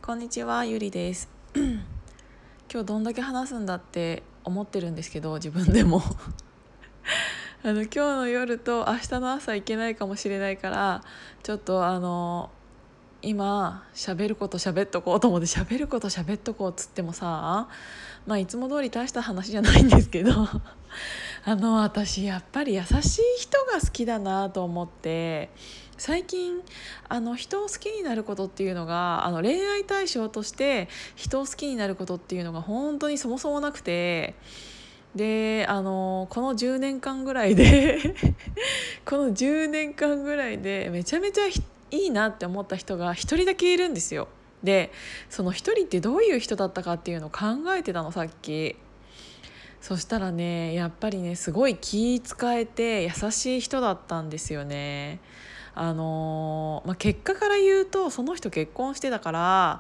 こんにちは、ゆりです。今日どんだけ話すんだって思ってるんですけど、自分でも今日の夜と明日の朝行けないかもしれないから、ちょっと今喋ること喋っとこうと思って、喋ること喋っとこうっつってもさ、いつも通り大した話じゃないんですけど私やっぱり優しい人が好きだなと思って、最近人を好きになることっていうのが、恋愛対象として人を好きになることっていうのが本当にそもそもなくて、でこの10年間ぐらいでこの10年間ぐらいでめちゃめちゃいいなって思った人が一人だけいるんですよ。でその一人ってどういう人だったかっていうのを考えてたの、さっき。そしたらね、やっぱりね、すごい気使えて優しい人だったんですよね。結果から言うとその人結婚してたから、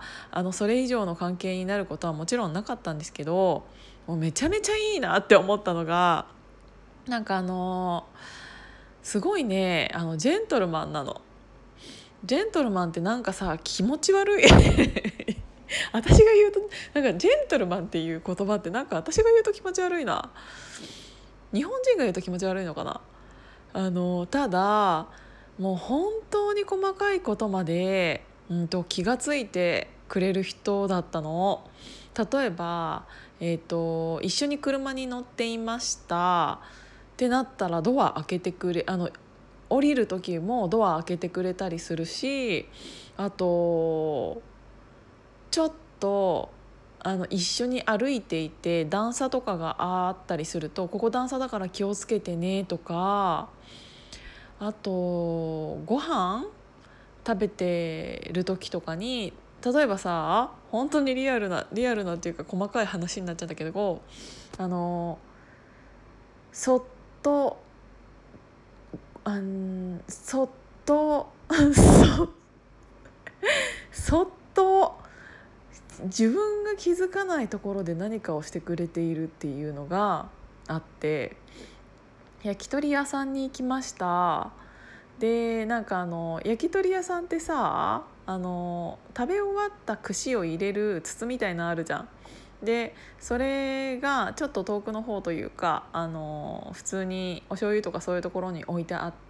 それ以上の関係になることはもちろんなかったんですけど、もうめちゃめちゃいいなって思ったのが、なんかすごいね、ジェントルマンなの。ジェントルマンってなんかさ、気持ち悪い私が言うとなんかジェントルマンっていう言葉ってなんか私が言うと気持ち悪いな。日本人が言うと気持ち悪いのかな。ただもう本当に細かいことまで、気がついてくれる人だったの。例えば、一緒に車に乗っていましたってなったらドア開けてくれ、降りる時もドア開けてくれたりするし、あとちょっと一緒に歩いていて段差とかがあったりすると、ここ段差だから気をつけてねとか、あとご飯食べてる時とかに、例えばさ、本当にリアルなっていうか細かい話になっちゃったけど、あのそっとそっとそっと自分が気づかないところで何かをしてくれているっていうのがあって、焼き鳥屋さんに行きました。でなんか焼き鳥屋さんってさ、食べ終わった串を入れる筒みたいなのあるじゃん。でそれがちょっと遠くの方というか、普通にお醤油とかそういうところに置いてあって、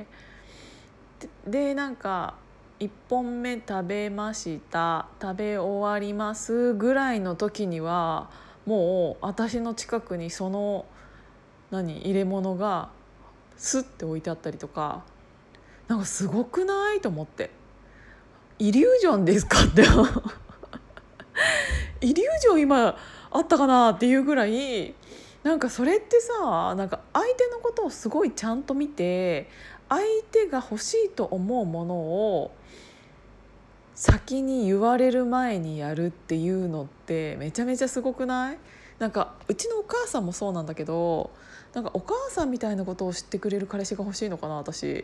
でなんか1本目食べました、食べ終わりますぐらいの時にはもう私の近くにその入れ物がスッて置いてあったりとか、なんかすごくないと思って、イリュージョンですかってイリュージョン今あったかなっていうぐらい、なんかそれってさ、なんか相手のことをすごいちゃんと見て、相手が欲しいと思うものを先に言われる前にやるっていうのってめちゃめちゃすごくない？なんかうちのお母さんもそうなんだけど、なんかお母さんみたいなことを知ってくれる彼氏が欲しいのかな、私。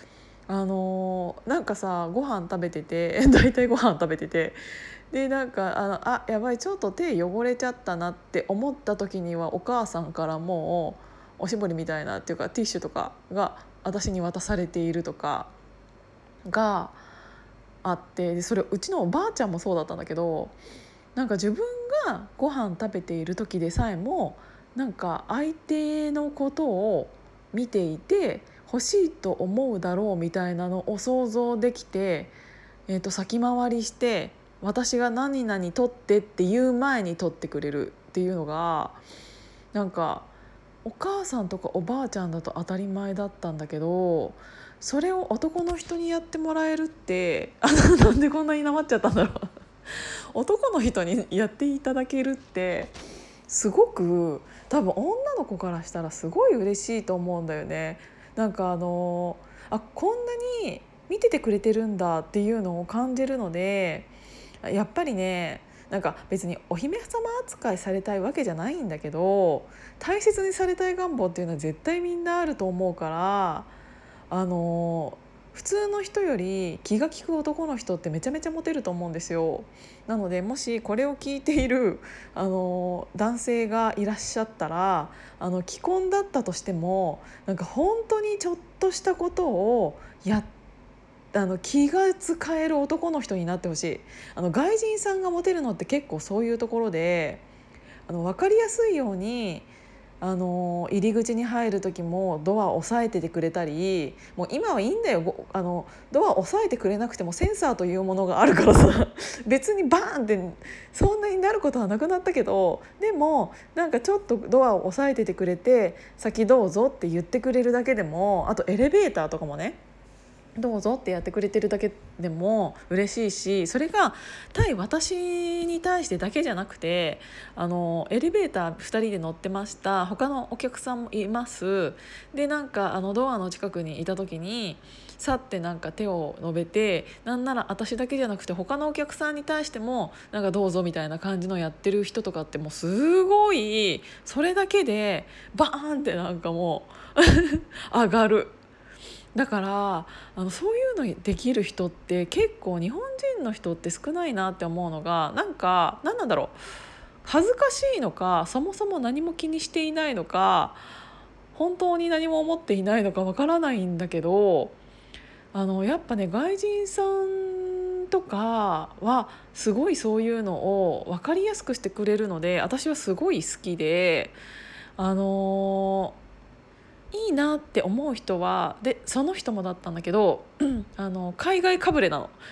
なんかさ、ご飯食べてて大体ご飯食べてて、でなんかやばい、ちょっと手汚れちゃったなって思った時には、お母さんからもうおしぼりみたいなっていうかティッシュとかが私に渡されているとかがあって、でそれうちのおばあちゃんもそうだったんだけど、なんか自分がご飯食べている時でさえも、なんか相手のことを見ていて欲しいと思うだろうみたいなのを想像できて、先回りして私が何々取ってっていう前に取ってくれるっていうのが、なんかお母さんとかおばあちゃんだと当たり前だったんだけど、それを男の人にやってもらえるって、なんでこんなになまっちゃったんだろう男の人にやっていただけるってすごく、多分女の子からしたらすごい嬉しいと思うんだよね。なんかこんなに見ててくれてるんだっていうのを感じるので、やっぱりね、なんか別にお姫様扱いされたいわけじゃないんだけど、大切にされたい願望っていうのは絶対みんなあると思うから、普通の人より気が利く男の人ってめちゃめちゃモテると思うんですよ。なのでもしこれを聞いている男性がいらっしゃったら、既婚だったとしてもなんか本当にちょっとしたことをやっ気が使える男の人になってほしい。外人さんがモテるのって結構そういうところで、分かりやすいように入り口に入る時もドアを押さえててくれたり、もう今はいいんだよ、ドアを押さえてくれなくてもセンサーというものがあるからさ別にバーンってそんなになることはなくなったけど、でもなんかちょっとドアを押さえててくれて先どうぞって言ってくれるだけでも、あとエレベーターとかもね、どうぞってやってくれてるだけでも嬉しいし、それが対私に対してだけじゃなくて、エレベーター2人で乗ってました、他のお客さんもいます、でなんかドアの近くにいた時にさってなんか手を伸べて、なんなら私だけじゃなくて他のお客さんに対してもなんかどうぞみたいな感じのやってる人とかって、もうすごいそれだけでバーンってなんかもう上がる。だからそういうのできる人って結構日本人の人って少ないなって思うのが、何なんだろう、恥ずかしいのか、そもそも何も気にしていないのか、本当に何も思っていないのかわからないんだけど、やっぱね、外人さんとかはすごいそういうのを分かりやすくしてくれるので、私はすごい好きで、あのいいなって思う人はで、その人もだったんだけど海外かぶれなの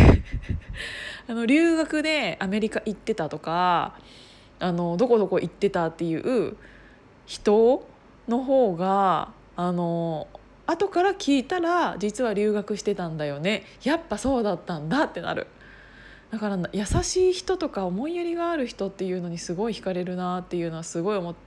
留学でアメリカ行ってたとかどこどこ行ってたっていう人の方が後から聞いたら実は留学してたんだよね、やっぱそうだったんだってなる。だから優しい人とか思いやりがある人っていうのにすごい惹かれるなっていうのはすごい思った。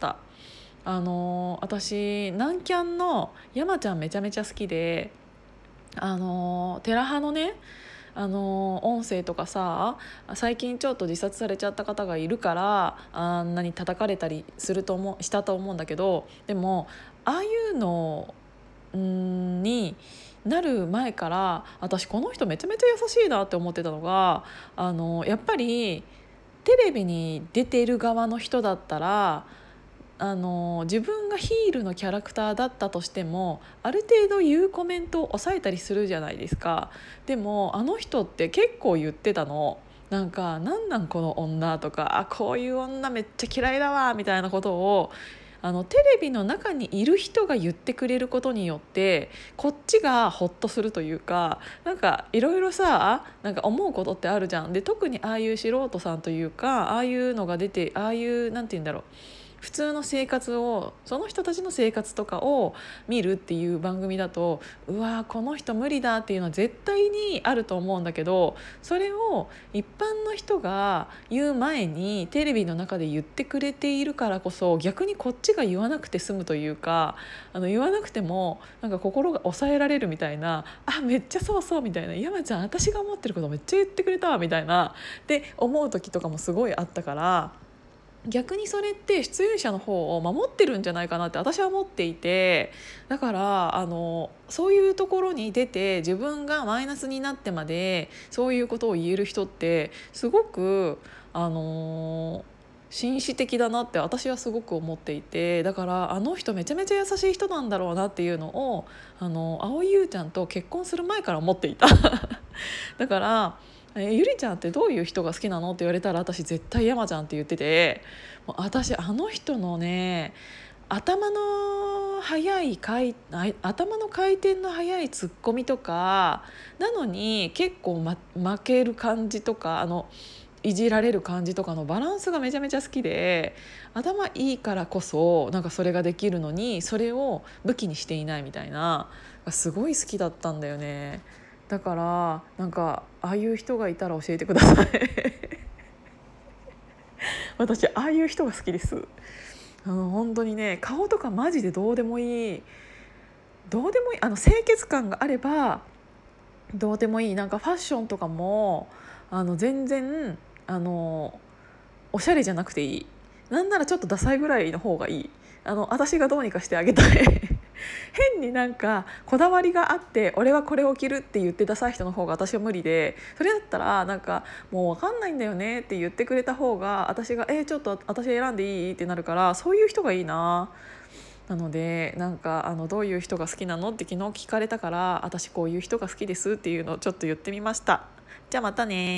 私南キャンの山ちゃんめちゃめちゃ好きで、テラハのね音声とかさ、最近ちょっと自殺されちゃった方がいるからあんなに叩かれたりしたと思うんだけど、でもああいうのになる前から私この人めちゃめちゃ優しいなって思ってたのが、やっぱりテレビに出ている側の人だったら自分がヒールのキャラクターだったとしてもある程度言うコメントを抑えたりするじゃないですか。でもあの人って結構言ってたの。なんなんこの女とか、こういう女めっちゃ嫌いだわみたいなことをテレビの中にいる人が言ってくれることによってこっちがホッとするというか、いろいろさ思うことってあるじゃん。で特にああいう素人さんというか、ああいうのが出て、ああいうなんて言うんだろう、普通の生活を、その人たちの生活とかを見るっていう番組だと、うわーこの人無理だっていうのは絶対にあると思うんだけど、それを一般の人が言う前にテレビの中で言ってくれているからこそ、逆にこっちが言わなくて済むというか、言わなくても心が抑えられるみたいな、めっちゃそうそうみたいな、山ちゃん私が思ってることめっちゃ言ってくれたわみたいなって思う時とかもすごいあったから、逆にそれって出演者の方を守ってるんじゃないかなって私は思っていて、だからそういうところに出て自分がマイナスになってまでそういうことを言える人ってすごく紳士的だなって私はすごく思っていて、だからあの人めちゃめちゃ優しい人なんだろうなっていうのを蒼井優ちゃんと結婚する前から思っていただからゆりちゃんってどういう人が好きなのって言われたら、私絶対山ちゃんって言ってて、もう私あの人のね頭の回転の速いツッコミとかなのに結構、負ける感じとかいじられる感じとかのバランスがめちゃめちゃ好きで、頭いいからこそそれができるのにそれを武器にしていないみたいな、すごい好きだったんだよね。だからああいう人がいたら教えてください私ああいう人が好きです。本当にね、顔とかマジでどうでもいい、清潔感があればどうでもいい。ファッションとかも全然おしゃれじゃなくていい。なんならちょっとダサいぐらいの方がいい。私がどうにかしてあげたい変にこだわりがあって俺はこれを着るって言ってダサい人の方が私は無理で、それだったらもう分かんないんだよねって言ってくれた方が私がちょっと私選んでいいってなるから、そういう人がいいな。 なのでなんかどういう人が好きなのって昨日聞かれたから、私こういう人が好きですっていうのをちょっと言ってみました。じゃあまたね。